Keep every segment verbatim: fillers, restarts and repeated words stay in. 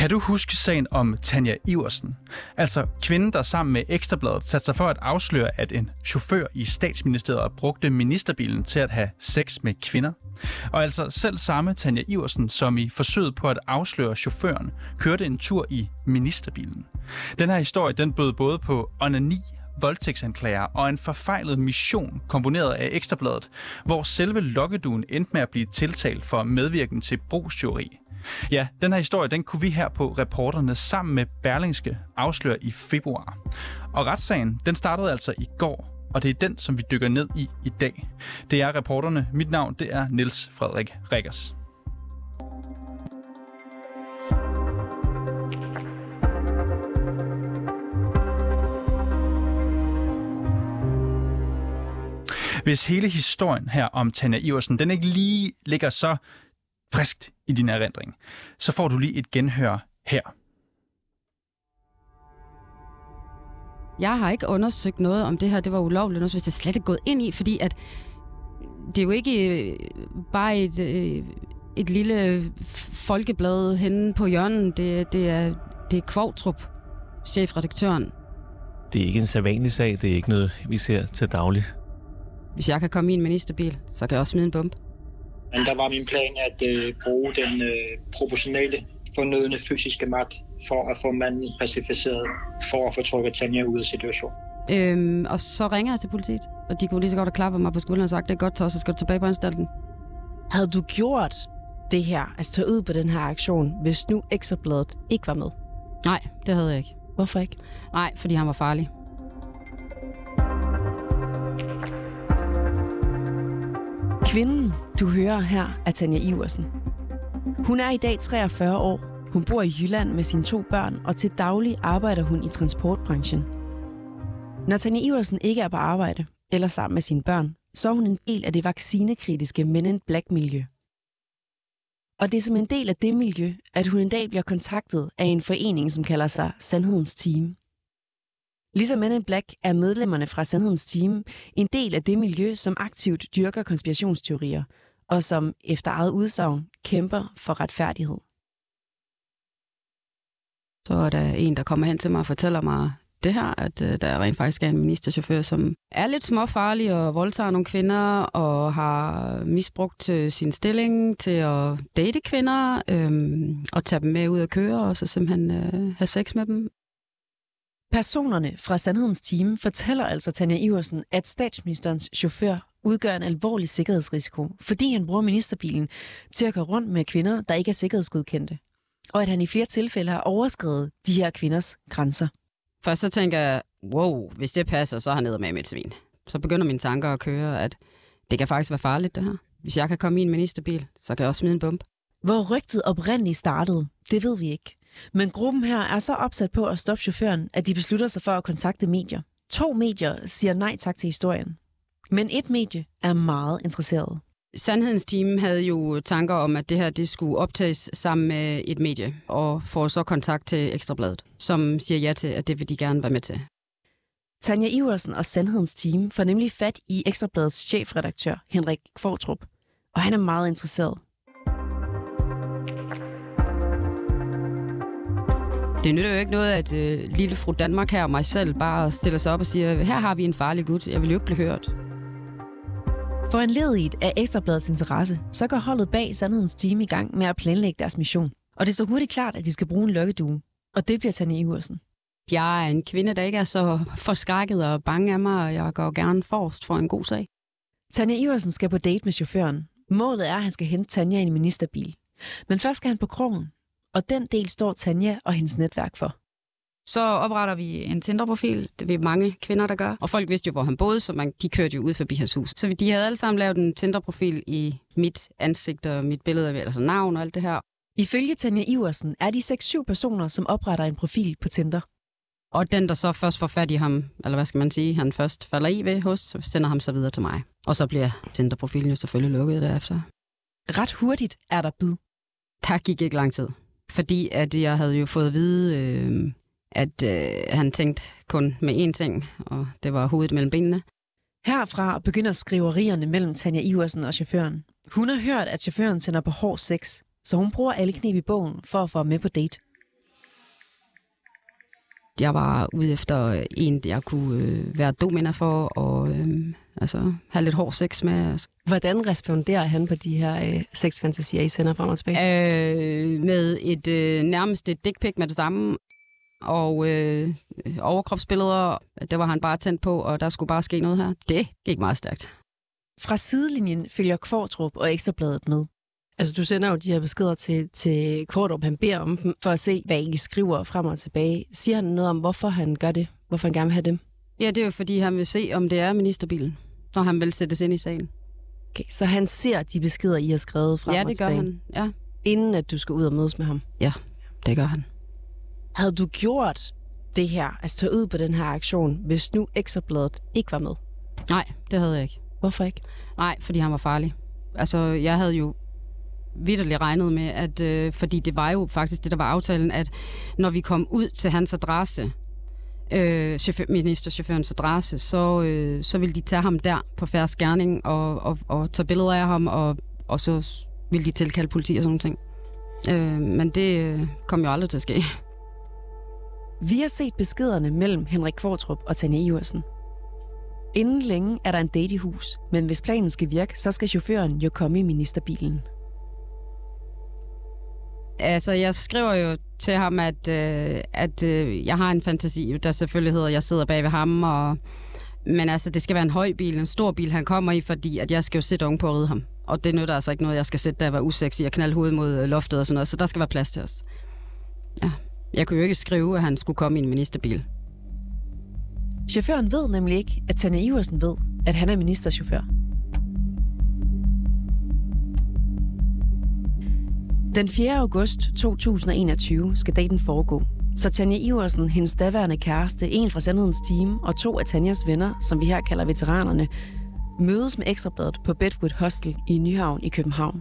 Kan du huske sagen om Tanja Iversen? Altså kvinden, der sammen med Ekstra Bladet satte sig for at afsløre, at en chauffør i Statsministeriet brugte ministerbilen til at have sex med kvinder. Og altså selv samme Tanja Iversen, som i forsøget på at afsløre chaufføren, kørte en tur i ministerbilen. Den her historie, den bød både på onani, voldtægtsanklager og en forfejlet mission komponeret af Ekstra Bladet, hvor selve lokkeduen endte med at blive tiltalt for medvirken til brugstyveri. Ja, den her historie, den kunne vi her på Reporterne sammen med Berlingske afsløre i februar. Og retssagen, den startede altså i går, og det er den, som vi dykker ned i i dag. Det er Reporterne. Mit navn, det er Niels Frederik Riggers. Hvis hele historien her om Tanja Iversen, den ikke lige ligger så friskt i din erindring, så får du lige et genhør her. Jeg har ikke undersøgt noget om det her. Det var ulovligt, noget, hvis jeg slet ikke gået ind i, fordi at det er jo ikke bare et, et lille folkeblad henne på hjørnet. Det, det er, det er Kvoutrup, chefredaktøren. Det er ikke en sædvanlig sag. Det er ikke noget, vi ser til dagligt. Hvis jeg kan komme i en ministerbil, så kan jeg også smide en bombe. Men der var min plan at øh, bruge den øh, proportionale fornødne fysiske magt for at få manden pacificeret, for at få trukket Tanja ud af situationen. Øhm, og så ringer jeg til politiet, og de kunne lige så godt have klappet mig på skulderen og sagt, det er godt, så skal du tilbage på anstalten. Havde du gjort det her, altså tage ud på den her aktion, hvis nu Ekstra Bladet ikke var med? Nej, det havde jeg ikke. Hvorfor ikke? Nej, fordi han var farlig. Kvinden, du hører her, er Tanja Iversen. Hun er i dag treogfyrre år. Hun bor i Jylland med sine to børn, og til daglig arbejder hun i transportbranchen. Når Tanja Iversen ikke er på arbejde eller sammen med sine børn, så er hun en del af det vaccinekritiske Men in Black-miljø. Og det er som en del af det miljø, at hun en dag bliver kontaktet af en forening, som kalder sig Sandhedens Team. Ligesom Men in Black er medlemmerne fra Sandhedens Team en del af det miljø, som aktivt dyrker konspirationsteorier, og som efter eget udsagn kæmper for retfærdighed. Så er der en, der kommer hen til mig og fortæller mig det her, at uh, der rent faktisk er en ministerchauffør, som er lidt småfarlig og voldtager nogle kvinder og har misbrugt uh, sin stilling til at date kvinder øhm, og tage dem med ud at køre og så simpelthen uh, have sex med dem. Personerne fra Sandhedens Team fortæller altså Tanja Iversen, at statsministerens chauffør udgør en alvorlig sikkerhedsrisiko, fordi han bruger ministerbilen til at køre rundt med kvinder, der ikke er sikkerhedsgodkendte, og at han i flere tilfælde har overskredet de her kvinders grænser. Først så tænker jeg, wow, hvis det passer, så er han nede med mit svin. Så begynder mine tanker at køre, at det kan faktisk være farligt, det her. Hvis jeg kan komme i en ministerbil, så kan jeg også smide en bombe. Hvor rygtet oprindeligt startede, det ved vi ikke. Men gruppen her er så opsat på at stoppe chaufføren, at de beslutter sig for at kontakte medier. To medier siger nej tak til historien. Men et medie er meget interesseret. Sandhedens Team havde jo tanker om, at det her det skulle optages sammen med et medie, og får så kontakt til Ekstra Bladet, som siger ja til, at det vil de gerne være med til. Tanja Iversen og Sandhedens Team får nemlig fat i Ekstra Bladets chefredaktør, Henrik Kvoutrup, og han er meget interesseret. Det nytter jo ikke noget, at øh, lille fru Danmark her og mig selv bare stiller sig op og siger, her har vi en farlig gut, jeg vil jo ikke blive hørt. For en ledigt af Ekstra Bladets interesse, så går holdet bag Sandhedens Team i gang med at planlægge deres mission. Og det står hurtigt klart, at de skal bruge en lokkedue. Og det bliver Tanja Iversen. Jeg er en kvinde, der ikke er så forskrækket og bange af mig, og jeg går gerne forrest for en god sag. Tanja Iversen skal på date med chaufføren. Målet er, at han skal hente Tanja i en ministerbil. Men først skal han på krogen. Og den del står Tanja og hendes netværk for. Så opretter vi en Tinder-profil. Det er mange kvinder, der gør. Og folk vidste jo, hvor han boede, så man, de kørte jo ud forbi hans hus. Så de havde alle sammen lavet en Tinder-profil i mit ansigt og mit billede, altså navn og alt det her. Ifølge Tanja Iversen er de seks syv personer, som opretter en profil på Tinder. Og den, der så først får fat i ham, eller hvad skal man sige, han først falder i ved hos, så sender ham så videre til mig. Og så bliver Tinder-profilen jo selvfølgelig lukket derefter. Ret hurtigt er der bid. Der gik ikke lang tid. Fordi at jeg havde jo fået at vide, øh, at øh, han tænkte kun med én ting, og det var hovedet mellem benene. Herfra begynder skriverierne mellem Tanja Iversen og chaufføren. Hun har hørt, at chaufføren sender på hård sex, så hun bruger alle kneb i bogen for at få ham med på date. Jeg var ude efter en, jeg kunne øh, være domina for, og øh, altså, have lidt hård sex med. Altså. Hvordan responderer han på de her øh, sexfantasier, I sender frem og tilbage? Øh, med et øh, nærmest et dick pic med det samme, og øh, overkropsbilleder, det var han bare tændt på, og der skulle bare ske noget her. Det gik meget stærkt. Fra sidelinjen følger Qvortrup og Ekstrabladet med. Altså, du sender jo de her beskeder til, til Qvortrup, han beder om dem, for at se, hvad I skriver frem og tilbage. Siger han noget om, hvorfor han gør det? Hvorfor han gerne vil have dem? Ja, det er jo fordi, han vil se, om det er ministerbilen, når han vil sættes ind i sagen. Okay, så han ser de beskeder, I har skrevet frem ja, og det tilbage? gør han, ja. Inden at du skal ud og mødes med ham? Ja, det gør han. Havde du gjort det her, altså tage ud på den her aktion, hvis nu Ekstrabladet ikke var med? Nej, det havde jeg ikke. Hvorfor ikke? Nej, fordi han var farlig. Altså, jeg havde jo vitterligt regnet med, at øh, fordi det var jo faktisk det, der var aftalen, at når vi kom ud til hans adresse, øh, chauffør, ministerchaufførens adresse, så, øh, så ville de tage ham der på fersk gerning og, og, og tage billeder af ham, og, og så ville de tilkalde politi og sådan nogle ting. Øh, men det øh, kom jo aldrig til at ske. Vi har set beskederne mellem Henrik Qvortrup og Tanja Iversen. Inden længe er der en date i hus, men hvis planen skal virke, så skal chaufføren jo komme i ministerbilen. Altså, jeg skriver jo til ham, at, øh, at øh, jeg har en fantasi, der selvfølgelig hedder, at jeg sidder bag ved ham, og, men altså, det skal være en høj bil, en stor bil, han kommer i, fordi at jeg skal jo sidde ovenpå og ride ham. Og det nytter altså ikke noget, jeg skal sætte, der var usexy og knalde hovedet mod loftet og sådan noget, så der skal være plads til os. Ja. Jeg kunne jo ikke skrive, at han skulle komme i en ministerbil. Chaufføren ved nemlig ikke, at Tanja Iversen ved, at han er ministerchauffør. Den fjerde august to tusind og enogtyve skal daten foregå, så Tanja Iversen, hendes daværende kæreste, en fra Sandhedens Team og to af Tanjas venner, som vi her kalder veteranerne, mødes med Ekstrabladet på Bedwood Hostel i Nyhavn i København.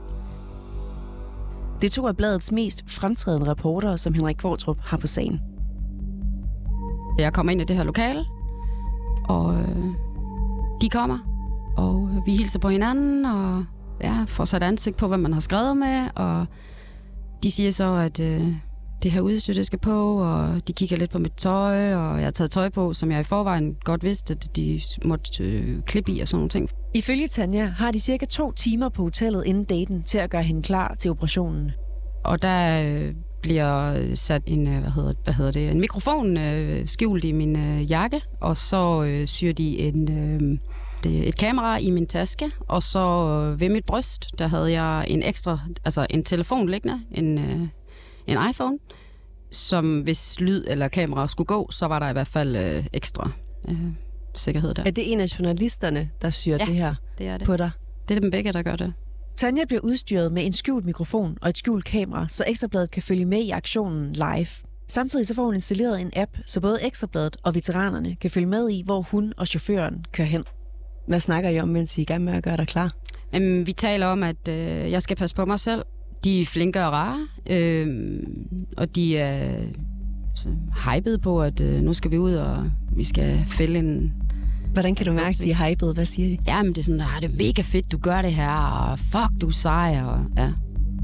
Det er to af bladets mest fremtrædende reportere, som Henrik Qvortrup har på sagen. Jeg kommer ind i det her lokale, og øh, de kommer, og vi hilser på hinanden, og ja, får sat ansigt på, hvad man har skrevet med, og de siger så, at øh, det her udstyr, det skal på, og de kigger lidt på mit tøj, og jeg har taget tøj på, som jeg i forvejen godt vidste, at de måtte øh, klippe i og sådan nogle ting. Ifølge Tanja har de cirka to timer på hotellet inden daten til at gøre hende klar til operationen. Og der øh, bliver sat en, hvad hedder, hvad hedder det, en mikrofon øh, skjult i min øh, jakke, og så øh, syr de en, øh, det, et kamera i min taske, og så øh, ved mit bryst, der havde jeg en ekstra, altså en telefon liggende, en, øh, en iPhone, som hvis lyd eller kamera skulle gå, så var der i hvert fald øh, ekstra øh, sikkerhed der. Er det en af journalisterne, der syr ja, det her det er det. på dig? Det er dem begge, der gør det. Tanja bliver udstyret med en skjult mikrofon og et skjult kamera, så Ekstrabladet kan følge med i aktionen live. Samtidig så får hun installeret en app, så både Ekstrabladet og veteranerne kan følge med i, hvor hun og chaufføren kører hen. Hvad snakker I om, mens I er i gang med at gøre dig klar? Jamen, vi taler om, at øh, jeg skal passe på mig selv. De er flinke og rare, øh, og de er øh, hypede på, at øh, nu skal vi ud, og vi skal fælde en... Hvordan kan du mærke, at de er hypede? Hvad siger de? Jamen, det er sådan, ah, det er mega fedt, du gør det her, og fuck, du er sej, og ja.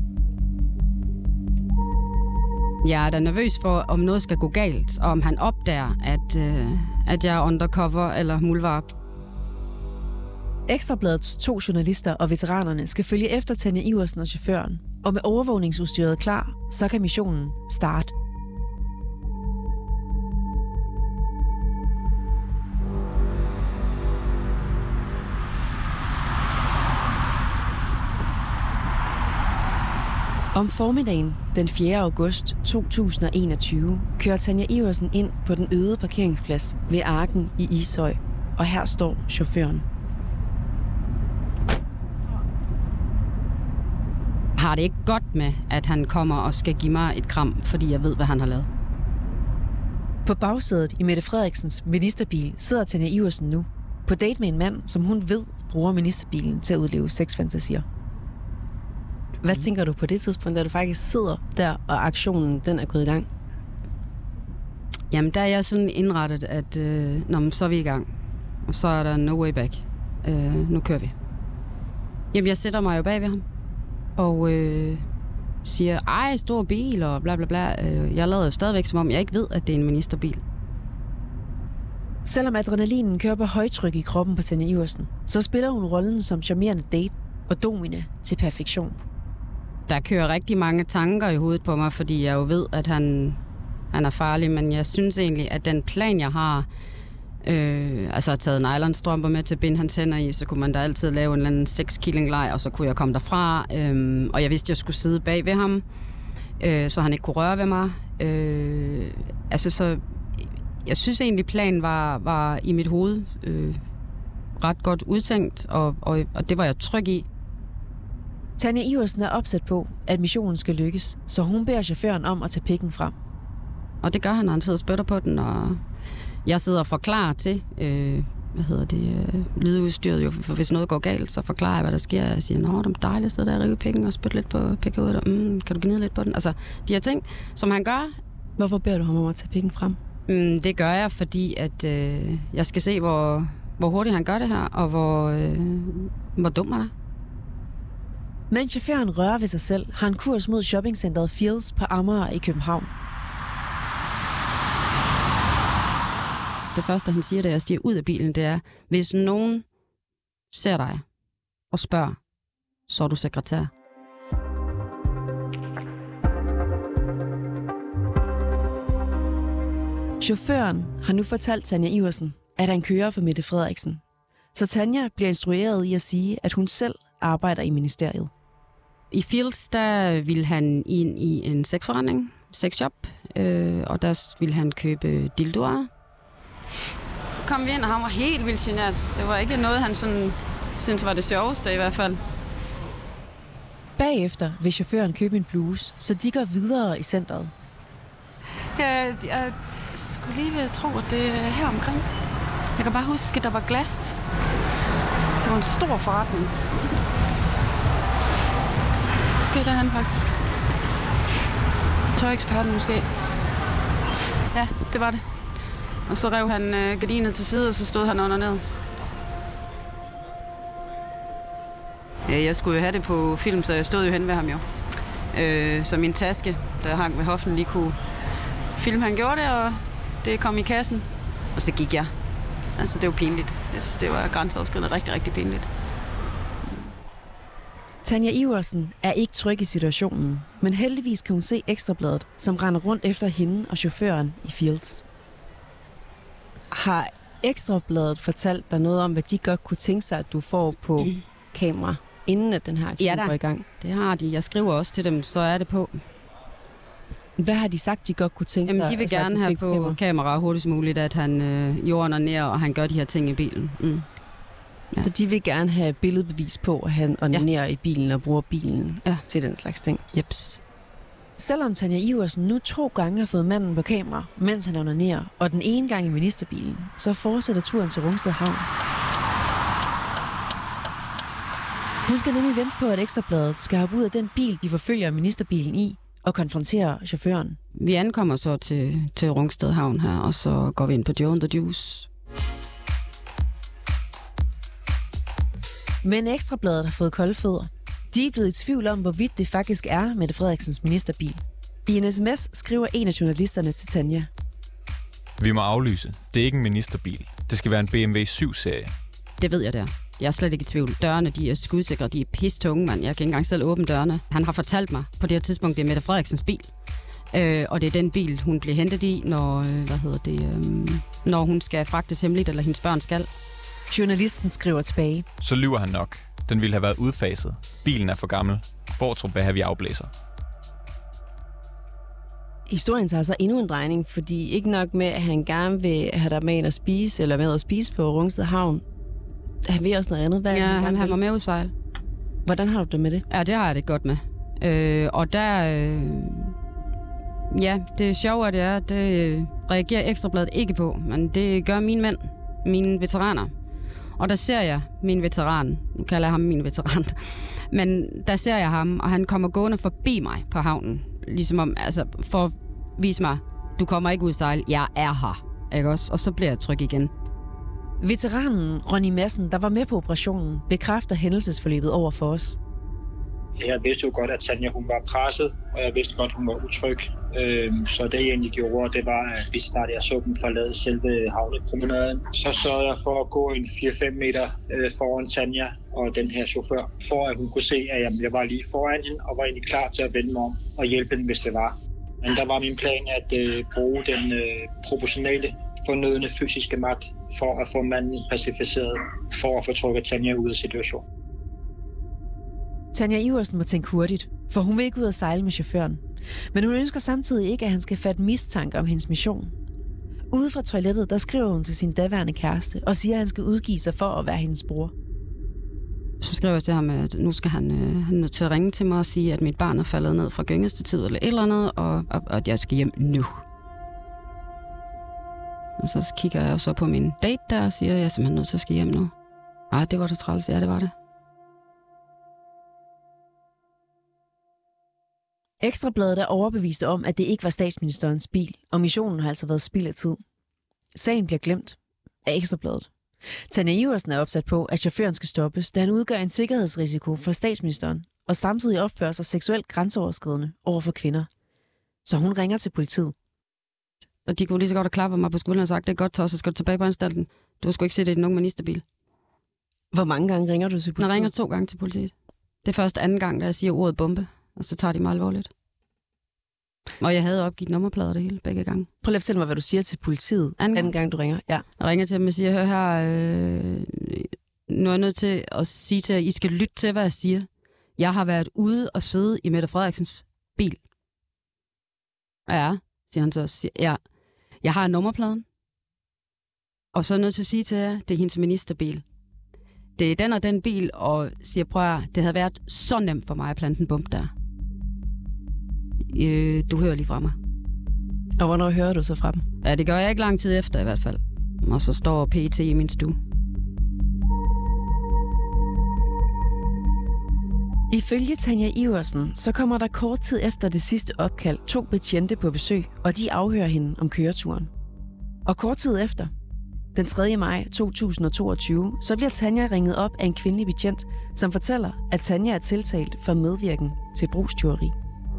Jeg er da nervøs for, om noget skal gå galt, og om han opdager, at, øh, at jeg er undercover eller muldvarp. Ekstrabladets to journalister og veteranerne skal følge efter Tanja Iversen og chaufføren, og med overvågningsudstyret klar, så kan missionen starte. Om formiddagen den fjerde august to tusind og enogtyve kører Tanja Iversen ind på den øde parkeringsplads ved Arken i Ishøj, og her står chaufføren. Har det ikke godt med, at han kommer og skal give mig et kram, fordi jeg ved, hvad han har lavet. På bagsædet i Mette Frederiksens ministerbil sidder Tanja Iversen nu, på date med en mand, som hun ved bruger ministerbilen til at udleve sexfantasier. Hvad mm. tænker du på det tidspunkt, da du faktisk sidder der, og aktionen den er gået i gang? Jamen, der er jeg sådan indrettet, at øh, nå, så er vi i gang. Og så er der no way back. Øh, nu kører vi. Jamen, jeg sætter mig jo bag ved ham. Og øh, siger, ej, stor bil og bla bla bla. Jeg lader jo stadigvæk, som om jeg ikke ved, at det er en ministerbil. Selvom adrenalinen kører på højtryk i kroppen på Tanja Iversen, så spiller hun rollen som charmerende date og domine til perfektion. Der kører rigtig mange tanker i hovedet på mig, fordi jeg jo ved, at han, han er farlig, men jeg synes egentlig, at den plan, jeg har, øh, altså at taget nylonstrømper med til at binde hans hænder i, så kunne man da altid lave en eller anden sexkilling-leg, og så kunne jeg komme derfra, øh, og jeg vidste, at jeg skulle sidde bag ved ham, øh, så han ikke kunne røre ved mig. Øh, altså så, jeg synes egentlig, planen var, var i mit hoved øh, ret godt udtænkt, og, og, og det var jeg tryg i. Tanja Iversen er opsat på, at missionen skal lykkes, så hun beder chaufføren om at tage pikken frem. Og det gør han, når han sidder og spytter på den, og jeg sidder og forklarer til, øh, hvad hedder det, øh, lydudstyret jo, for hvis noget går galt, så forklarer jeg, hvad der sker. Jeg siger, nå, det er dejligt at sidde der og rive pikken og spytte lidt på pikkehovedet, og mm, kan du gnide lidt på den? Altså, de her ting, som han gør. Hvorfor beder du ham om at tage pikken frem? Mm, det gør jeg, fordi at øh, jeg skal se, hvor, hvor hurtigt han gør det her, og hvor, øh, hvor dum han er. Mens chaufføren rører ved sig selv, har han kurs mod shoppingcenteret Fields på Amager i København. Det første, han siger, da jeg stiger ud af bilen, det er, hvis nogen ser dig og spørger, så er du sekretær. Chaufføren har nu fortalt Tanja Iversen, at han kører for Mette Frederiksen. Så Tanja bliver instrueret i at sige, at hun selv arbejder i ministeriet. I Fields, der ville han ind i en sexforretning, sexshop, øh, og der ville han købe dildoer. Så kom vi ind, og han var helt vildt genert. Det var ikke noget, han sådan, synes var det sjoveste i hvert fald. Bagefter vil chaufføren købe en bluse, så de går videre i centret. Jeg, jeg skulle lige ved at tro, at det er her omkring. Jeg kan bare huske, at der var glas. Det var en stor forretning. Måske derhen faktisk. Tøjeksperten måske. Ja, det var det. Og så rev han øh, gardinet til side, og så stod han under ned. Ja, jeg skulle jo have det på film, så jeg stod jo hen ved ham jo. Øh, så min taske, der hang ved hoften, lige kunne filme. Han gjorde det, og det kom i kassen. Og så gik jeg. Altså, det var pinligt. Jeg synes, det var grænseoverskridende rigtig, rigtig pinligt. Tanja Iversen er ikke tryg i situationen, men heldigvis kan hun se Ekstrabladet, som render rundt efter hende og chaufføren i Fields. Har Ekstrabladet fortalt dig noget om, hvad de godt kunne tænke sig, at du får på mm. kamera, inden at den her aktion ja, går i gang? Det har de. Jeg skriver også til dem, så er det på. Hvad har de sagt, de godt kunne tænke Jamen, dig? de vil altså, gerne have på kamera. kamera hurtigst muligt, at han øh, jordner ned, og han gør de her ting i bilen. Mm. Ja. Så de vil gerne have billedbevis på, at han onanerer ja. i bilen og bruger bilen ja. til den slags ting. Jeps. Selvom Tanja Iversen nu to gange har fået manden på kamera, mens han onanerer, og den ene gang i ministerbilen, så fortsætter turen til Rungsted Havn. Hun skal nemlig vente på, at Ekstrabladet skal have ud af den bil, de forfølger ministerbilen i, og konfrontere chaufføren. Vi ankommer så til, til Rungsted Havn her, og så går vi ind på Joe and the Juice. Men Ekstrabladet har fået kolde fødder. De er blevet i tvivl om, hvorvidt det faktisk er Mette Frederiksens ministerbil. I en sms skriver en af journalisterne til Tanja. Vi må aflyse. Det er ikke en ministerbil. Det skal være en B M W syv-serie. Det ved jeg der. Jeg er slet ikke i tvivl. Dørene, de er skudsikre. De er pistunge, mand. Jeg kan ikke engang selv åbne dørene. Han har fortalt mig på det her tidspunkt, det er Mette Frederiksens bil. Øh, og det er den bil, hun bliver hentet i, når, øh, hvad hedder det, øh, når hun skal fragtes hemmeligt, eller hendes børn skal. Journalisten skriver tilbage. Så lyver han nok. Den ville have været udfaset. Bilen er for gammel. Fortrup vil have, vi afblæser. Historien tager så endnu en drejning, fordi ikke nok med, at han gerne vil have dig med ind at spise, eller med at spise på Rungsted Havn. Han vil også noget andet. Hvad ja, han, han, han var med udsejl. Hvordan har du det med det? Ja, det har jeg det godt med. Øh, og der... Øh, ja, det sjove er, det er, det øh, reagerer Ekstrabladet ikke på, men det gør mine mænd, mine veteraner. Og der ser jeg min veteran, nu kalder jeg ham min veteran, men der ser jeg ham, og han kommer gående forbi mig på havnen. Ligesom om, altså, for at vise mig, du kommer ikke ud sejl, jeg er her. Ikke også? Og så bliver jeg tryg igen. Veteranen Ronny Madsen, der var med på operationen, bekræfter hændelsesforløbet over for os. Jeg vidste jo godt, at Tanja hun var presset, og jeg vidste godt, hun var utryg. Øhm, så det jeg egentlig gjorde, det var, at vi snart jeg så dem forlade selve havnepromenaden. Så sørgede jeg for at gå en fire fem meter øh, foran Tanja og den her chauffør, for at hun kunne se, at jamen, jeg var lige foran hende og var egentlig klar til at vende mig om og hjælpe hende, hvis det var. Men der var min plan at øh, bruge den øh, proportionale fornødne fysiske magt for at få manden pacificeret, for at få trukket Tanja ud af situationen. Tanja Iversen må tænke hurtigt, for hun vil ikke ud og sejle med chaufføren. Men hun ønsker samtidig ikke, at han skal fatte mistanke om hendes mission. Ude fra toilettet, der skriver hun til sin daværende kæreste og siger, at han skal udgive sig for at være hendes bror. Så skriver jeg til ham, at nu skal han, øh, han er nødt til at ringe til mig og sige, at mit barn er faldet ned fra gyngestativet eller et eller andet, og, og, og at jeg skal hjem nu. Og så kigger jeg så på min date der og siger, at jeg er simpelthen nødt til at skal hjem nu. Ej, det var det træls. Ja, det var det. Ekstrabladet er overbevist om, at det ikke var statsministerens bil, og missionen har altså været spild af tid. Sagen bliver glemt af Ekstrabladet. Tanja Iversen er opsat på, at chaufføren skal stoppes, da han udgør en sikkerhedsrisiko for statsministeren, og samtidig opfører sig seksuelt grænseoverskridende over for kvinder. Så hun ringer til politiet. Og de kunne lige så godt have klappet mig på skulderen og sagt, det er godt, så skal du tilbage på anstalten. Du skal ikke se det i den unge ministerbil. Hvor mange gange ringer du til politiet? Jeg ringer to gange til politiet. Det er først anden gang, da jeg siger ordet bombe, og så tager de mig alvorligt. Og jeg havde opgivet nummerplader det hele, begge gange. Prøv lige at fortælle mig, hvad du siger til politiet, anden gang, anden gang du ringer. Ja. Jeg ringer til dem og siger, hør her, øh, nu er jeg nødt til at sige til jer, I skal lytte til, hvad jeg siger. Jeg har været ude og sidde i Mette Frederiksens bil. Ja, siger han så. Siger, ja, jeg har nummerpladen. Og så er jeg nødt til at sige til jer, det er hendes ministerbil. Det er den og den bil, og siger, prøv at det havde været så nemt for mig at plante en bombe der. Øh, du hører lige fra mig. Og hvornår hører du så fra dem? Ja, det gør jeg ikke lang tid efter i hvert fald. Og så står P E T i min stue. Ifølge Tanja Iversen, så kommer der kort tid efter det sidste opkald to betjente på besøg, og de afhører hende om køreturen. Og kort tid efter, den tredje maj to tusind og toogtyve, så bliver Tanja ringet op af en kvindelig betjent, som fortæller, at Tanja er tiltalt for medvirken til brugstyveri.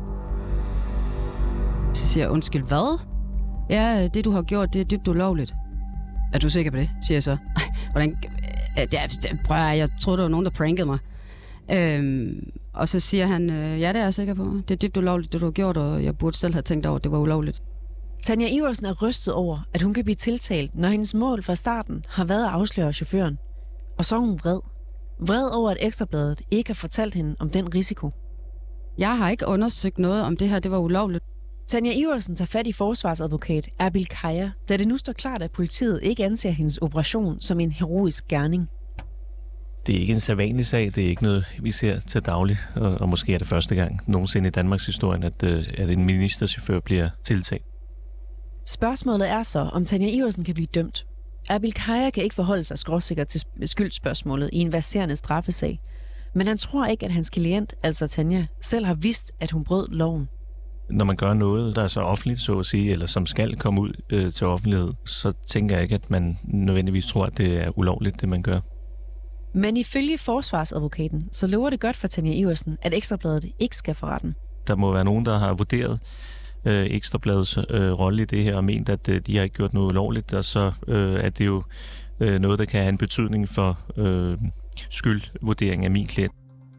Så siger jeg, undskyld, hvad? Ja, det du har gjort, det er dybt ulovligt. Er du sikker på det? Siger jeg så. Hvordan? Ja, prøv at, jeg troede, der var nogen, der prankede mig. Øhm, og så siger han, ja, det er jeg sikker på. Det er dybt ulovligt, det du har gjort, og jeg burde selv have tænkt over, at det var ulovligt. Tanja Iversen er rystet over, at hun kan blive tiltalt, når hendes mål fra starten har været at afsløre chaufføren. Og så er hun vred. Vred over, at Ekstrabladet ikke har fortalt hende om den risiko. Jeg har ikke undersøgt noget, om det her det var ulovligt. Tanja Iversen tager fat i forsvarsadvokat Erbil Kaya, da det nu står klart, at politiet ikke anser hendes operation som en heroisk gerning. Det er ikke en sædvanlig sag, det er ikke noget, vi ser til daglig, og, og måske er det første gang nogensinde i Danmarks historie, at, at en ministerchauffør bliver tiltalt. Spørgsmålet er så, om Tanja Iversen kan blive dømt. Erbil Kaya kan ikke forholde sig skråsikkert til skyldspørgsmålet i en verserende straffesag, men han tror ikke, at hans klient, altså Tanja, selv har vidst, at hun brød loven. Når man gør noget, der er så offentligt, så at sige, eller som skal komme ud øh, til offentlighed, så tænker jeg ikke, at man nødvendigvis tror, at det er ulovligt, det man gør. Men ifølge forsvarsadvokaten, så lover det godt for Tanja Iversen, at Ekstrabladet ikke skal for retten. Der må være nogen, der har vurderet øh, Ekstrabladets øh, rolle i det her, og ment, at øh, de har ikke gjort noget ulovligt, og så øh, er det jo øh, noget, der kan have en betydning for øh, skyldvurdering af min klient.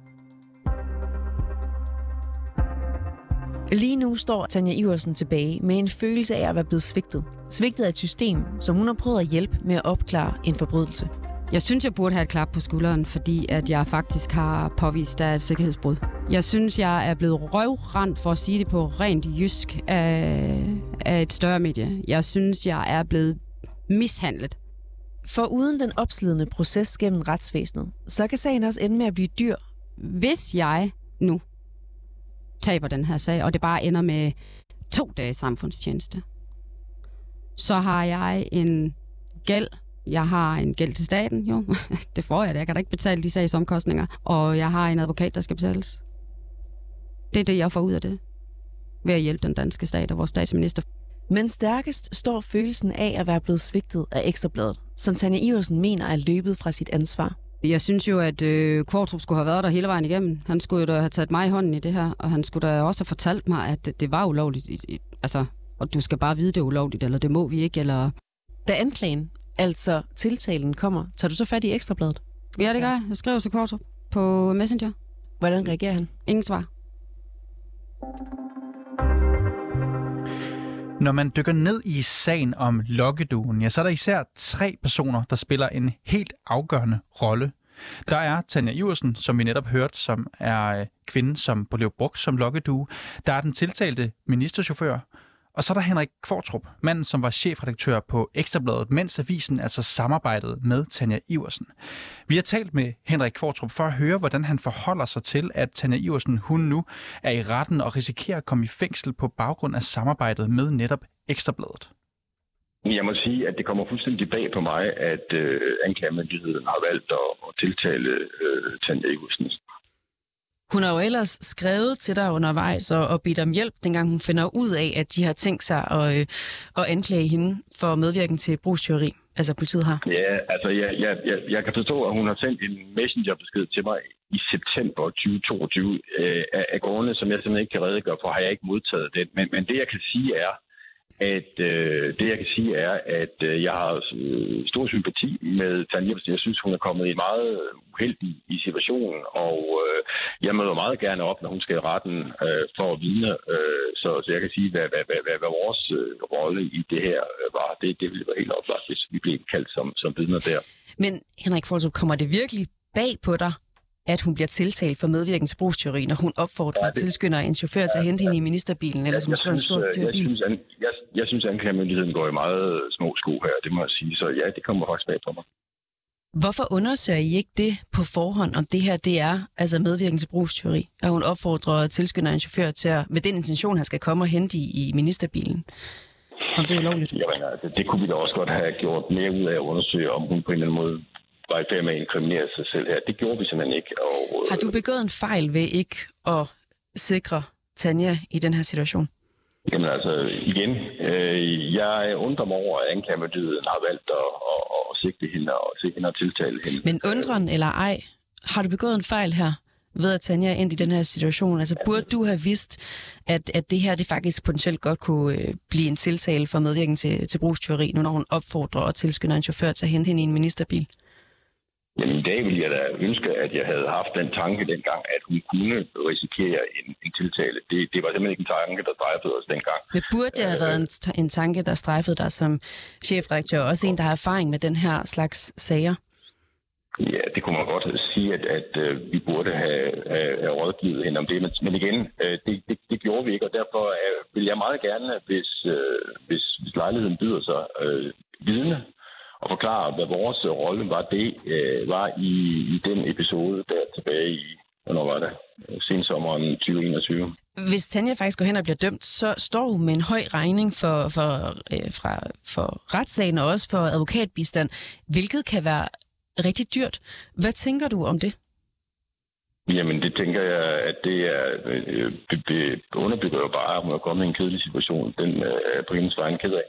Lige nu står Tanja Iversen tilbage med en følelse af at være blevet svigtet. Svigtet af et system, som hun har prøvet at hjælpe med at opklare en forbrydelse. Jeg synes, jeg burde have et klap på skulderen, fordi at jeg faktisk har påvist, der er et sikkerhedsbrud. Jeg synes, jeg er blevet røvrendt, for at sige det på rent jysk, af, af et større medie. Jeg synes, jeg er blevet mishandlet. For uden den opslidende proces gennem retsvæsenet, så kan sagen også ende med at blive dyr. Hvis jeg nu taber den her sag, og det bare ender med to dage samfundstjeneste, så har jeg en gæld. Jeg har en gæld til staten, jo. Det får jeg da. Jeg kan da ikke betale de sagsomkostninger. Og jeg har en advokat, der skal betales. Det er det, jeg får ud af det. Ved at hjælpe den danske stat og vores statsminister. Men stærkest står følelsen af at være blevet svigtet af Ekstrabladet, som Tanja Iversen mener er løbet fra sit ansvar. Jeg synes jo, at øh, Qvortrup skulle have været der hele vejen igennem. Han skulle jo da have taget mig i hånden i det her, og han skulle da også have fortalt mig, at det, det var ulovligt. I, i, altså, og du skal bare vide, det er ulovligt, eller det må vi ikke, eller... Da anklagen, altså tiltalen, kommer, tager du så fat i Ekstrabladet? Ja, det gør jeg. Jeg skriver til Qvortrup på Messenger. Hvordan reagerer han? Ingen svar. Når man dykker ned i sagen om lokkeduen, ja, så er der især tre personer, der spiller en helt afgørende rolle. Der er Tanja Iversen, som vi netop hørte, som er kvinden, som blev brugt som lokkedue. Der er den tiltalte ministerchauffør. Og så er der Henrik Qvortrup, manden, som var chefredaktør på Ekstrabladet, mens avisen altså samarbejdede med Tanja Iversen. Vi har talt med Henrik Qvortrup for at høre, hvordan han forholder sig til, at Tanja Iversen hun nu er i retten og risikerer at komme i fængsel på baggrund af samarbejdet med netop Ekstrabladet. Jeg må sige, at det kommer fuldstændig bag på mig, at øh, anklagemyndigheden har valgt at, at tiltale øh, Tanja Iversen. Hun har jo ellers skrevet til dig undervejs og, og bedt om hjælp, dengang hun finder ud af, at de har tænkt sig at, øh, at anklage hende for medvirken til brugstyveri. Altså politiet har. Ja, altså jeg, jeg, jeg, jeg kan forstå, at hun har sendt en messengerbesked til mig i september tyve toogtyve. Øh, af, af grunde, som jeg simpelthen ikke kan redegøre for, har jeg ikke modtaget den. Men, men det jeg kan sige er, at øh, det jeg kan sige er, at øh, jeg har øh, stor sympati med Tanja Iversen. Jeg synes, hun er kommet i en meget uheldig i situationen, og øh, jeg møder meget gerne op, når hun skal i retten øh, for at vidne. Øh, så, så jeg kan sige, hvad, hvad, hvad, hvad, hvad vores øh, rolle i det her øh, var. Det, det ville være helt oplagt, hvis vi blev kaldt som, som vidner der. Men Henrik Qvortrup, kommer det virkelig bag på dig, at hun bliver tiltalt for medvirken til brugstyveri, når hun opfordrer og ja, tilskynder en chauffør til at hente hende i ministerbilen, eller som skriver en stor dyr bil? Jeg synes, an, jeg, jeg synes at anklagemyndigheden går i meget små sko her, det må jeg sige. Så ja, det kommer faktisk bag på mig. Hvorfor undersøger I ikke det på forhånd, om det her det er altså medvirken til brugstyveri? At hun opfordrer og tilskynder en chauffør til at, med den intention, han skal komme og hente i, i ministerbilen? Om det er ulovligt? Jamen, altså, det kunne vi da også godt have gjort mere ud af at undersøge, om hun på en eller anden måde var i færd med at inkriminere sig selv her. Det gjorde vi simpelthen ikke. Og, har du begået en fejl ved ikke at sikre Tanja i den her situation? Jamen altså, igen, øh, jeg undrer mig over, at anklagemyndigheden har valgt at, at, at, at sigte hende og sigte hende og tiltale hende. Men undren eller ej, har du begået en fejl her ved at Tanja ind i den her situation? Altså burde du have vidst, at, at det her det faktisk potentielt godt kunne øh, blive en tiltale for medvirken til, til brugstyveri, nu når hun opfordrer og tilskynder en chauffør til at hente hende i en ministerbil? Jamen i dag ville jeg da ønske, at jeg havde haft den tanke dengang, at hun kunne risikere en, en tiltale. Det, det var simpelthen ikke en tanke, der strejfede os dengang. Men burde det have været en, en tanke, der strejfede dig som chefredaktør, også en, der har erfaring med den her slags sager? Ja, det kunne man godt sige, at, at, at vi burde have, have, have rådgivet hende om det. Men, men igen, det, det, det gjorde vi ikke, og derfor vil jeg meget gerne, hvis, hvis, hvis lejligheden byder sig, øh, vidne og forklare, hvad vores rolle var det, øh, var i, i den episode der tilbage i, hvornår var det, sensommeren tyve enogtyve. Hvis Tanja faktisk går hen og bliver dømt, så står hun med en høj regning for, for, øh, fra, for retssagen og også for advokatbistand, hvilket kan være rigtig dyrt. Hvad tænker du om det? Jamen, det tænker jeg, at det er øh, det, det underbygger jo bare, at hun er kommet i en kedelig situation. Den øh, er på hendes vejen ked af.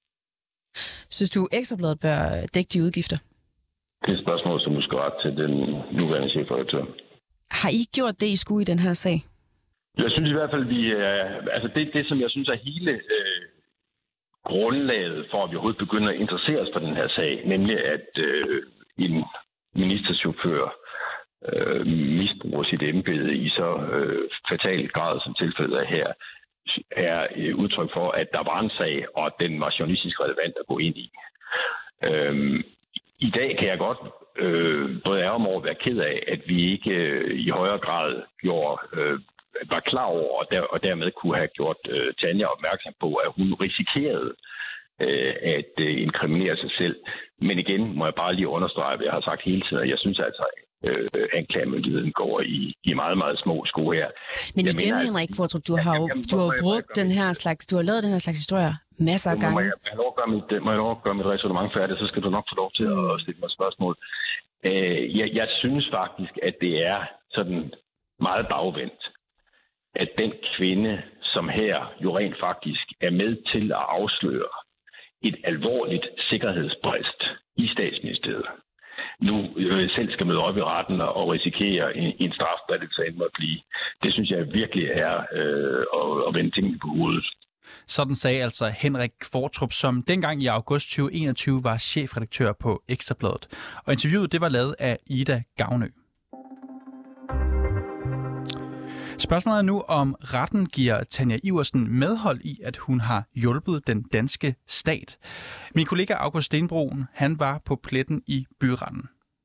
Synes du, Ekstrabladet bør dække de udgifter? Det er et spørgsmål, som du skal ret til den nuværende chefredaktør. Har I gjort det, I skulle i den her sag? Jeg synes i hvert fald, vi er, altså det, det, som jeg synes er hele øh, grundlaget for, at vi overhovedet begynder at interessere os for den her sag, nemlig at øh, en ministerchauffør øh, misbruger sit embede i så øh, fatal grad, som tilfældet er her, er øh, udtryk for, at der var en sag, og at den var journalistisk relevant at gå ind i. Øhm, I dag kan jeg godt øh, både ærge mig over at være ked af, at vi ikke øh, i højere grad gjorde, øh, var klar over, og, der, og dermed kunne have gjort øh, Tanja opmærksom på, at hun risikerede øh, at øh, inkriminere sig selv. Men igen må jeg bare lige understrege, hvad jeg har sagt hele tiden, og jeg synes altså, Øh, anklagemyndigheden går i, i meget, meget små sko her. Men jeg igen, mener, Henrik Qvortrup, du har jo du har brugt den her slags, du har lavet den her slags historier masser af gange. Må jeg, må jeg lov at gøre mit, må jeg lov at gøre mit resonemang færdigt, så skal du nok få lov til mm. at stille mig spørgsmål. Øh, jeg, jeg synes faktisk, at det er sådan meget bagvendt, at den kvinde, som her jo rent faktisk er med til at afsløre et alvorligt sikkerhedsbrist i statsministeriet, nu øh, selv skal møde op i retten og risikere en, en straf, hvad det så end måtte blive. Det synes jeg virkelig er øh, at, at vende tingene på hovedet. Sådan sagde altså Henrik Qvortrup, som dengang i august tyve enogtyve var chefredaktør på Ekstra Bladet. Og interviewet det var lavet af Ida Gavnø. Spørgsmålet er nu, om retten giver Tanja Iversen medhold i, at hun har hjulpet den danske stat. Min kollega August Stenbroen, han var på pletten i byretten.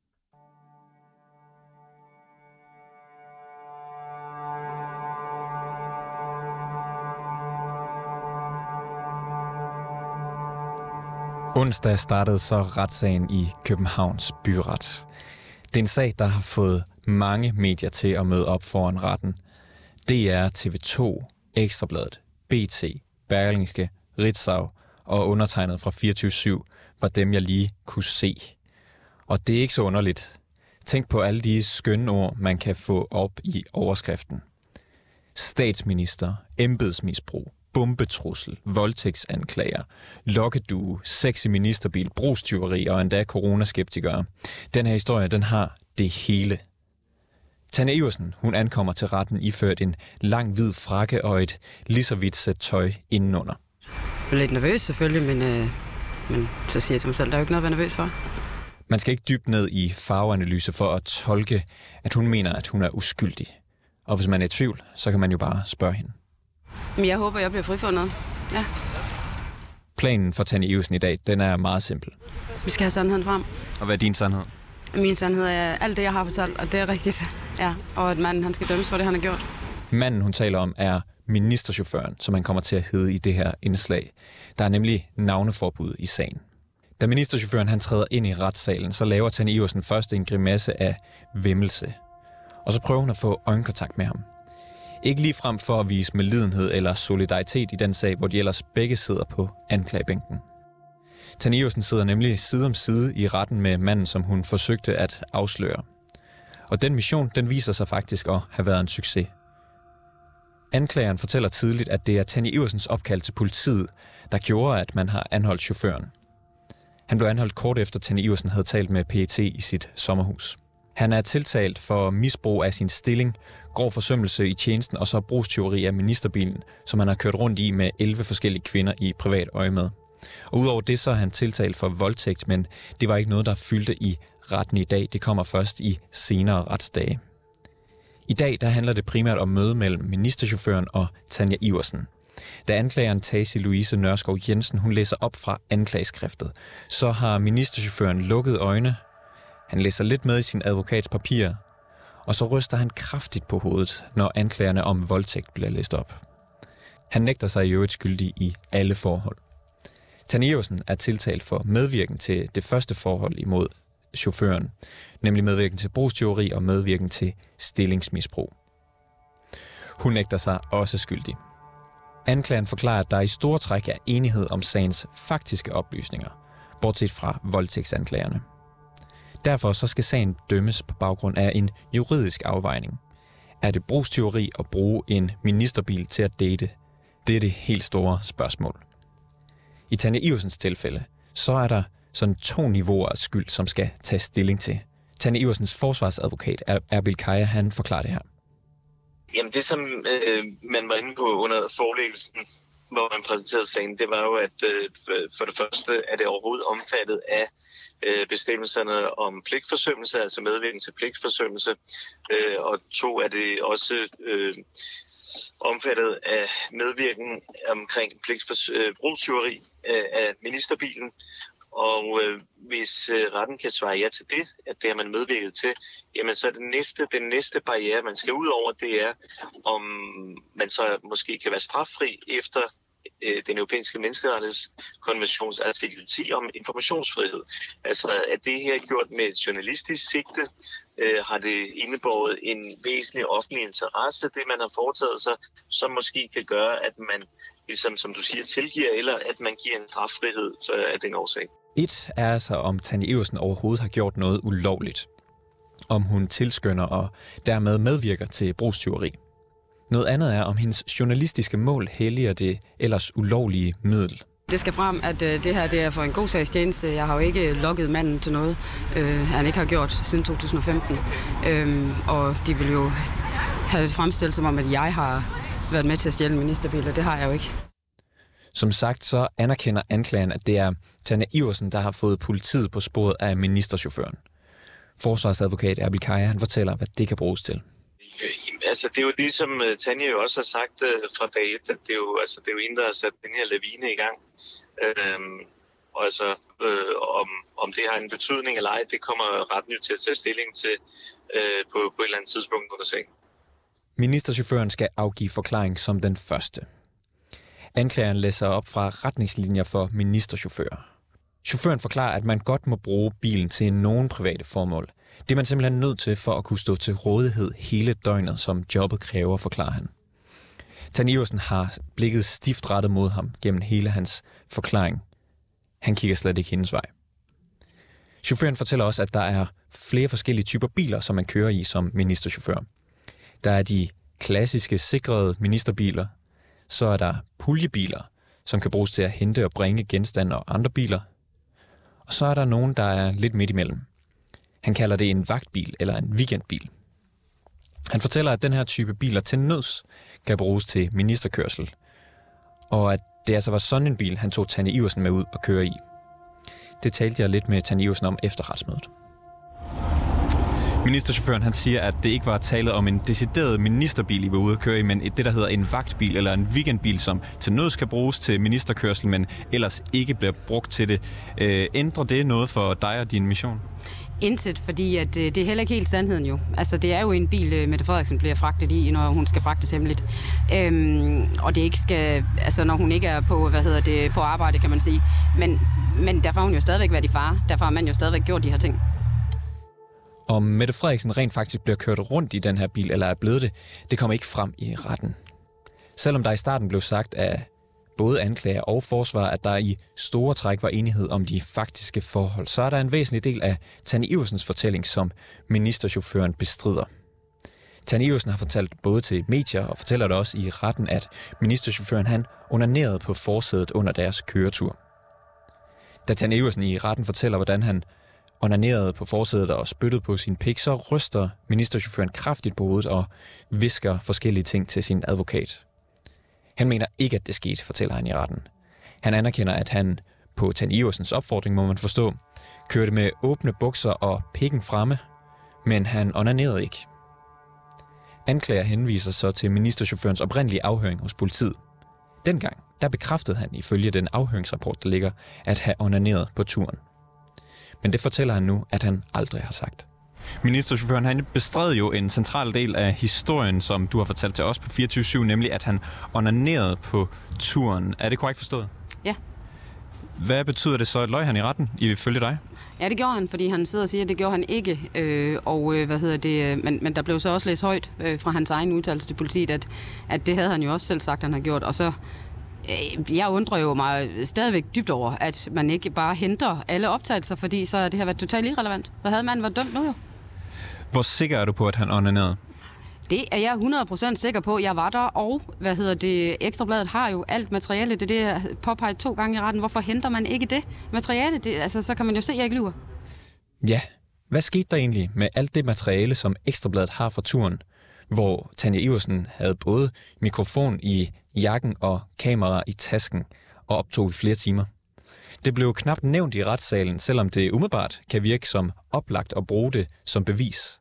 Onsdag startede så retssagen i Københavns byret. Det er en sag, der har fået mange medier til at møde op foran retten. D R, T V to, Ekstra Bladet, B T, Berlingske, Ritzau og undertegnet fra fireogtyve syv var dem, jeg lige kunne se. Og det er ikke så underligt. Tænk på alle de skønne ord, man kan få op i overskriften. Statsminister, embedsmisbrug, bombetrussel, voldtægtsanklager, lokkedue, sexy ministerbil, brugstyveri og endda coronaskeptikere. Den her historie, den har det hele. Tanja Iversen, hun ankommer til retten iført en lang hvid frakke og et lige så hvidt sæt tøj indenunder. Jeg er lidt nervøs selvfølgelig, men, øh, men så siger jeg til mig selv, der er jo ikke noget at være nervøs for. Man skal ikke dybt ned i farveanalyse for at tolke, at hun mener, at hun er uskyldig. Og hvis man er i tvivl, så kan man jo bare spørge hende. Men jeg håber, jeg bliver frifundet. Ja. Planen for Tanja Iversen i dag, den er meget simpel. Vi skal have sandheden frem. Og hvad er din sandhed? Min sandhed er alt det, jeg har fortalt, og det er rigtigt. Ja, og at manden, han skal dømmes for det, han har gjort. Manden, hun taler om, er ministerchaufføren, som han kommer til at hedde i det her indslag. Der er nemlig navneforbud i sagen. Da ministerchaufføren han træder ind i retssalen, så laver Tanja Iversen først en grimasse af væmmelse. Og så prøver hun at få øjenkontakt med ham. Ikke lige frem for at vise medlidenhed eller solidaritet i den sag, hvor de ellers begge sidder på anklagebænken. Tanja Iversen sidder nemlig side om side i retten med manden, som hun forsøgte at afsløre. Og den mission, den viser sig faktisk at have været en succes. Anklageren fortæller tidligt, at det er Tanja Iversens opkald til politiet, der gjorde, at man har anholdt chaufføren. Han blev anholdt kort efter, Tanja Iversen havde talt med P E T i sit sommerhus. Han er tiltalt for misbrug af sin stilling, grov forsømmelse i tjenesten og så brugstyveri af ministerbilen, som han har kørt rundt i med elleve forskellige kvinder i privat øjemed. Og udover det så er han tiltalt for voldtægt, men det var ikke noget, der fyldte i retten i dag. Det kommer først i senere retsdage. I dag der handler det primært om møde mellem ministerchaufføren og Tanja Iversen. Da anklageren Tasi Louise Nørskov Jensen hun læser op fra anklageskriftet, så har ministerchaufføren lukket øjne. Han læser lidt med i sin advokats papirer, og så ryster han kraftigt på hovedet, når anklagerne om voldtægt bliver læst op. Han nægter sig i øvrigt skyldig i alle forhold. Tanja Iversen er tiltalt for medvirken til det første forhold imod chaufføren, nemlig medvirken til brugstyveri og medvirken til stillingsmisbrug. Hun nægter sig også skyldig. Anklageren forklarer, at der i store træk er enighed om sagens faktiske oplysninger, bortset fra voldtægtsanklagerne. Derfor så skal sagen dømmes på baggrund af en juridisk afvejning. Er det brugstyveri at bruge en ministerbil til at date? Det er det helt store spørgsmål. I Tanja Iversens tilfælde, så er der sådan to niveauer af skyld, som skal tage stilling til. Tanja Iversens forsvarsadvokat, Erbil Kaya, han forklarer det her. Jamen det, som øh, man var inde på under forelæggelsen, hvor man præsenterede sagen, det var jo, at øh, for det første er det overhovedet omfattet af øh, bestemmelserne om pligtforsømmelse, altså medvirkning til pligtforsømmelse, øh, og to er det også øh, omfattet af medvirken omkring pligtbrugstyveri øh, af ministerbilen. Og øh, hvis øh, retten kan svare ja til det, at det har man medvirket til, jamen så er det næste, den næste barriere, man skal ud over, det er, om man så måske kan være straffri efter øh, den europæiske menneskerettighedskonventions artikel ti om informationsfrihed. Altså at det her gjort med et journalistisk sigte, øh, har det indebåret en væsentlig offentlig interesse, det man har foretaget sig, som måske kan gøre, at man ligesom, som du siger, tilgiver, eller at man giver en straffrihed så af den årsag. Et er altså, om Tanja Iversen overhovedet har gjort noget ulovligt. Om hun tilskynder og dermed medvirker til brugstyveri. Noget andet er, om hendes journalistiske mål helliger det ellers ulovlige middel. Det skal frem, at øh, det her det er for en god sags tjeneste. Jeg har jo ikke lukket manden til noget, øh, han ikke har gjort siden to tusind og femten. Øh, og de vil jo have det fremstillet som om, at jeg har været med til at stjæle en ministerbil, og det har jeg jo ikke. Som sagt, så anerkender anklageren, at det er Tanja Iversen, der har fået politiet på sporet af ministerchaufføren. Forsvarsadvokat Erbil Kaya, han fortæller, hvad det kan bruges til. Altså, det er jo ligesom Tanja jo også har sagt uh, fra dag et, at det er, jo, altså, det er jo en, der har sat den her lavine i gang. Øhm, og altså, øh, om, om det har en betydning eller ej, det kommer retten jo til at tage stilling til øh, på, på et eller andet tidspunkt under sagen. Ministerchaufføren skal afgive forklaring som den første. Anklageren læser op fra retningslinjer for ministerchauffører. Chaufføren forklarer, at man godt må bruge bilen til nogen private formål. Det er man simpelthen nødt til for at kunne stå til rådighed hele døgnet, som jobbet kræver, forklarer han. Tanja Iversen har blikket stift rettet mod ham gennem hele hans forklaring. Han kigger slet ikke hendes vej. Chaufføren fortæller også, at der er flere forskellige typer biler, som man kører i som ministerchauffør. Der er de klassiske sikrede ministerbiler. Så er der puljebiler, som kan bruges til at hente og bringe genstande og andre biler. Og så er der nogen, der er lidt midt imellem. Han kalder det en vagtbil eller en weekendbil. Han fortæller, at den her type biler til nøds kan bruges til ministerkørsel, og at det altså var sådan en bil, han tog Tanja Iversen med ud og køre i. Det talte jeg lidt med Tanja Iversen om efter retsmødet. Ministerchaufføren han siger, at det ikke var tale om en decideret ministerbil, I var ude at køre i, men det, der hedder en vagtbil eller en weekendbil, som til nød skal bruges til ministerkørsel, men ellers ikke bliver brugt til det. Øh, ændrer det noget for dig og din mission? Intet, fordi at, det er heller ikke helt sandheden jo. Altså, det er jo en bil, Mette Frederiksen bliver fragtet i, når hun skal fragtes hemmeligt. Øhm, og det ikke skal, altså, når hun ikke er på, hvad hedder det, på arbejde, kan man sige. Men, men derfor har hun jo stadigvæk været i fare. Derfor har man jo stadigvæk gjort de her ting. Om Mette Frederiksen rent faktisk bliver kørt rundt i den her bil, eller er blevet det, det kommer ikke frem i retten. Selvom der i starten blev sagt af både anklager og forsvar, at der i store træk var enighed om de faktiske forhold, så er der en væsentlig del af Tanja Iversens fortælling, som ministerchaufføren bestrider. Tanja Iversen har fortalt både til medier og fortæller det også i retten, at ministerchaufføren han onanerede på forsædet under deres køretur. Da Tanja Iversen i retten fortæller, hvordan han onanerede på forsædet og spyttede på sin pik, så ryster ministerchaufføren kraftigt på hovedet og visker forskellige ting til sin advokat. Han mener ikke, at det skete, fortæller han i retten. Han anerkender, at han på Tanja Iversens opfordring, må man forstå, kørte med åbne bukser og pikken fremme, men han onanerede ikke. Anklager henviser så til ministerchaufførens oprindelige afhøring hos politiet. Dengang, der bekræftede han ifølge den afhøringsrapport, der ligger, at have onaneret på turen. Men det fortæller han nu, at han aldrig har sagt. Ministerchaufføren han bestred jo en central del af historien, som du har fortalt til os på fireogtyve syv, nemlig at han onanerede på turen. Er det korrekt forstået? Ja. Hvad betyder det så, at løj han i retten, ifølge dig? Ja, det gjorde han, fordi han sidder og siger, at det gjorde han ikke. Øh, og øh, hvad hedder det? Men, men der blev så også læst højt øh, fra hans egen udtalelse til politiet, at, at det havde han jo også selv sagt, han har gjort. Og så øh, jeg undrer jo mig stadigvæk dybt over, at man ikke bare henter alle optagelser, fordi så det har været totalt irrelevant. Der havde man været dømt nu jo. Hvor sikker er du på, at han onanerede? Det er jeg hundrede procent sikker på. Jeg var der, og hvad hedder det, Ekstrabladet har jo alt materiale. Det er det, jeg påpeget to gange i retten. Hvorfor henter man ikke det materiale? Det, altså, så kan man jo se, at jeg ikke lyver. Ja, hvad skete der egentlig med alt det materiale, som Ekstrabladet har fra turen, hvor Tanja Iversen havde både mikrofon i jakken og kamera i tasken og optog i flere timer? Det blev knap nævnt i retssalen, selvom det umiddelbart kan virke som oplagt at bruge det som bevis.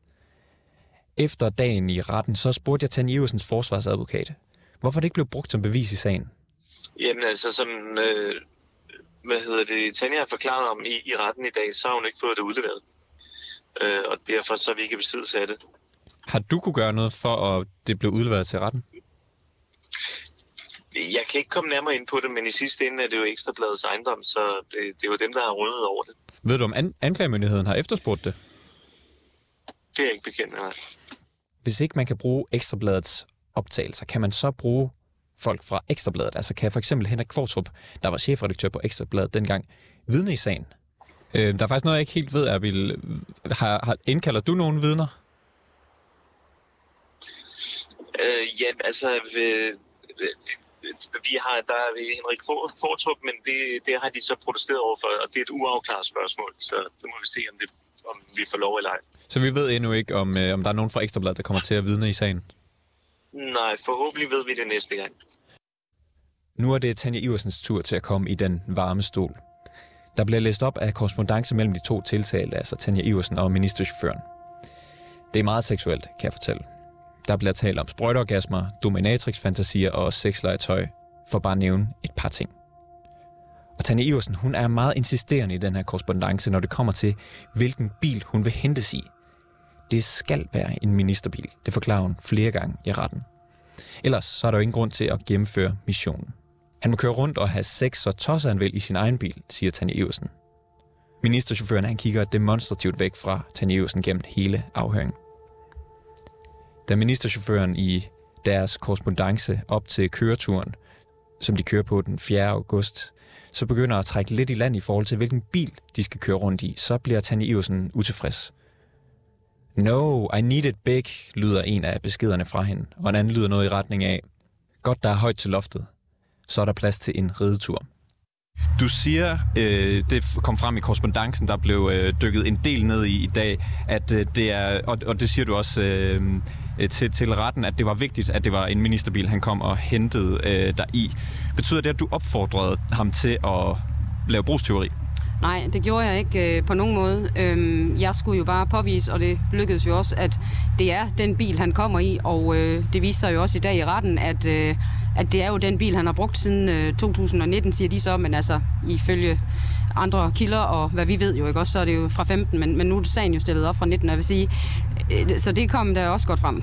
Efter dagen i retten, så spurgte jeg Tanja Iversens forsvarsadvokat, hvorfor det ikke blev brugt som bevis i sagen. Jamen altså, som øh, hvad hedder det, Tanja har forklaret om i, i retten i dag, så har hun ikke fået det udleveret. Øh, og derfor så er vi ikke i besiddelse af det. Har du kunne gøre noget for, at det blev udleveret til retten? Jeg kan ikke komme nærmere ind på det, men i sidste ende er det jo Ekstrabladets ejendom, så det, det er jo dem, der har rådet over det. Ved du, om an- anklagemyndigheden har efterspurgt det? Det er jeg ikke bekendt med. Hvis ikke man kan bruge Ekstrabladets optagelser, kan man så bruge folk fra Ekstrabladet? Altså kan for eksempel Henrik Kvartrup, der var chefredaktør på Ekstrabladet dengang, vidne i sagen? Øh, der er faktisk noget, jeg ikke helt ved, Erbil. Har, har, indkalder du nogen vidner? Øh, ja, altså... Øh, det, vi har, der er Henrik Qvortrup, men det, det har de så protesteret overfor, og det er et uafklaret spørgsmål, så det må vi se, om, det, om vi får lov eller ej. Så vi ved endnu ikke, om, øh, om der er nogen fra Ekstra Bladet, der kommer til at vidne i sagen? Nej, forhåbentlig ved vi det næste gang. Nu er det Tanja Iversens tur til at komme i den varme stol. Der bliver læst op af korrespondance mellem de to tiltalte, altså Tanja Iversen og ministerchaufføren. Det er meget seksuelt, kan jeg fortælle. Der bliver talt om sprøjteorgasmer, dominatrix-fantasier og sexlegetøj, for bare at nævne et par ting. Og Tanja Iversen, hun er meget insisterende i den her korrespondance, når det kommer til, hvilken bil hun vil hentes i. Det skal være en ministerbil, det forklarer hun flere gange i retten. Ellers så er der jo ingen grund til at gennemføre missionen. Han må køre rundt og have sex, så tosser han vel i sin egen bil, siger Tanja Iversen. Ministerchaufføren han kigger demonstrativt væk fra Tanja Iversen gennem hele afhøringen. Da ministerchaufføren i deres korrespondance op til køreturen, som de kører på den fjerde august, så begynder at trække lidt i land i forhold til, hvilken bil de skal køre rundt i, så bliver Tanja Iversen utilfreds. No, I need it big, lyder en af beskederne fra hende, og en anden lyder noget i retning af, godt der er højt til loftet, så er der plads til en ridetur. Du siger, øh, det kom frem i korrespondancen, der blev øh, dykket en del ned i i dag, at øh, det er, og, og det siger du også øh, til, til retten, at det var vigtigt, at det var en ministerbil, han kom og hentede øh, dig i. Betyder det, at du opfordrede ham til at lave brugstyveri? Nej, det gjorde jeg ikke øh, på nogen måde. Øhm, jeg skulle jo bare påvise, og det lykkedes jo også, at det er den bil, han kommer i, og øh, det viser sig jo også i dag i retten, at, øh, at det er jo den bil, han har brugt siden øh, to tusind nitten, siger de så, men altså ifølge andre kilder, og hvad vi ved jo ikke også, så er det jo fra femten, men, men nu er sagen jo stillet op fra nitten, jeg vil sige, øh, så det kom der også godt frem.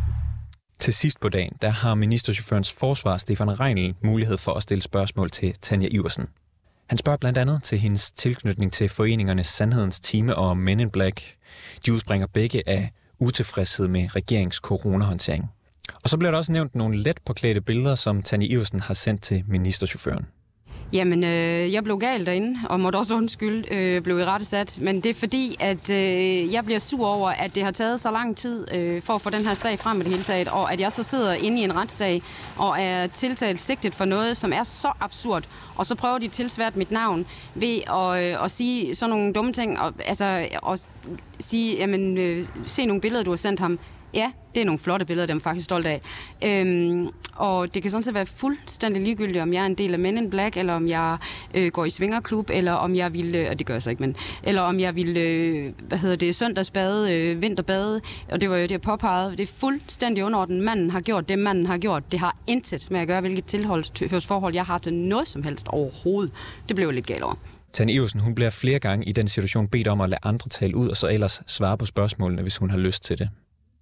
Til sidst på dagen, der har ministerchaufførens forsvar, Stefan Reinl, mulighed for at stille spørgsmål til Tanja Iversen. Han spørger blandt andet til hendes tilknytning til foreningernes Sandhedens Time og Men in Black. De udspringer begge af utilfredshed med regerings coronahåndtering. Og så bliver der også nævnt nogle let påklædte billeder, som Tanja Iversen har sendt til ministerchaufføren. Jamen, øh, jeg blev gal derinde, og måtte også undskylde, øh, blev i rettesat. Men det er fordi, at øh, jeg bliver sur over, at det har taget så lang tid øh, for at få den her sag frem i det hele taget, og at jeg så sidder inde i en retssag og er tiltalt sigtet for noget, som er så absurd. Og så prøver de tilsvært mit navn ved at, øh, at sige sådan nogle dumme ting, og altså at sige, jamen, øh, se nogle billeder, du har sendt ham. Ja, det er nogle flotte billeder, dem er faktisk stolt af. Øhm, og det kan sådan set være fuldstændig ligegyldigt, om jeg er en del af Men in Black, eller om jeg øh, går i svingerklub, eller om jeg vil, øh, og det gør jeg så ikke, men, eller om jeg vil, øh, hvad hedder det, søndagsbade, øh, vinterbade, og det var jo det, jeg påpegede. Det er fuldstændig underordnet. Manden har gjort det, manden har gjort. Det har intet med at gøre, hvilket tilhørsforhold jeg har til noget som helst overhovedet. Det blev jo lidt galt over. Tanja Iversen, hun bliver flere gange i den situation bedt om at lade andre tale ud, og så ellers svare på spørgsmålene, hvis hun har lyst til det.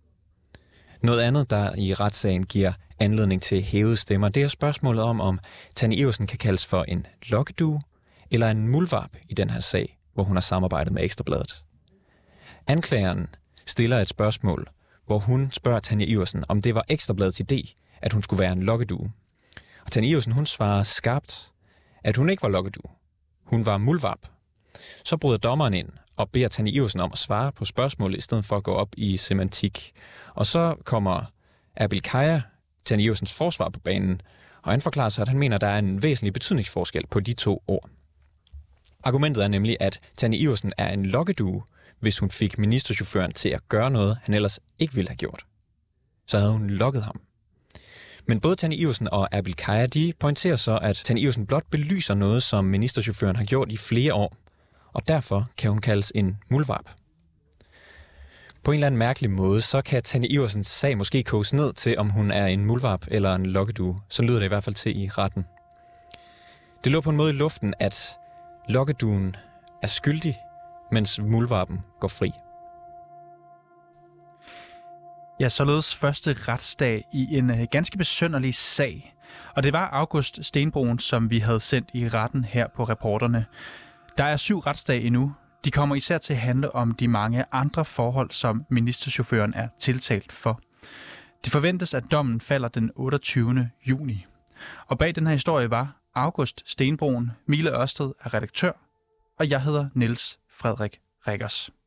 Noget andet, der i retssagen giver anledning til hævede stemmer, det er spørgsmålet om, om Tanja Iversen kan kaldes for en lokkedue eller en muldvarp i den her sag, hvor hun har samarbejdet med Ekstra Bladet. Anklageren stiller et spørgsmål, hvor hun spørger Tanja Iversen, om det var Ekstra Bladets idé, at hun skulle være en lokkedue. Og Tanja Iversen, hun svarer skarpt, at hun ikke var lokkedue. Hun var muldvarp. Så bryder dommeren ind og beder Tanja Iversen om at svare på spørgsmålet, i stedet for at gå op i semantik. Og så kommer Erbil Kaya, Tanja Iversens forsvar, på banen, og han forklarer sig, at han mener, at der er en væsentlig betydningsforskel på de to ord. Argumentet er nemlig, at Tanja Iversen er en lokkedue, hvis hun fik ministerchaufføren til at gøre noget, han ellers ikke ville have gjort. Så havde hun lokket ham. Men både Tanja Iversen og Erbil Kaya, de pointerer så, at Tanja Iversen blot belyser noget, som ministerchaufføren har gjort i flere år, og derfor kan hun kaldes en muldvarp. På en eller anden mærkelig måde, så kan Tanja Iversens sag måske koges ned til, om hun er en muldvarp eller en lokkedue. Så lyder det i hvert fald til i retten. Det lå på en måde i luften, at lokkeduen er skyldig, mens muldvarpen går fri. Ja, således første retsdag i en uh, ganske besynderlig sag. Og det var August Stenbroen, som vi havde sendt i retten her på Reporterne. Der er syv retsdage endnu. De kommer især til at handle om de mange andre forhold, som ministerchaufføren er tiltalt for. Det forventes, at dommen falder den otteogtyvende juni. Og bag den her historie var August Stenbroen, Mille Ørsted er redaktør, og jeg hedder Niels Frederik Rikkers.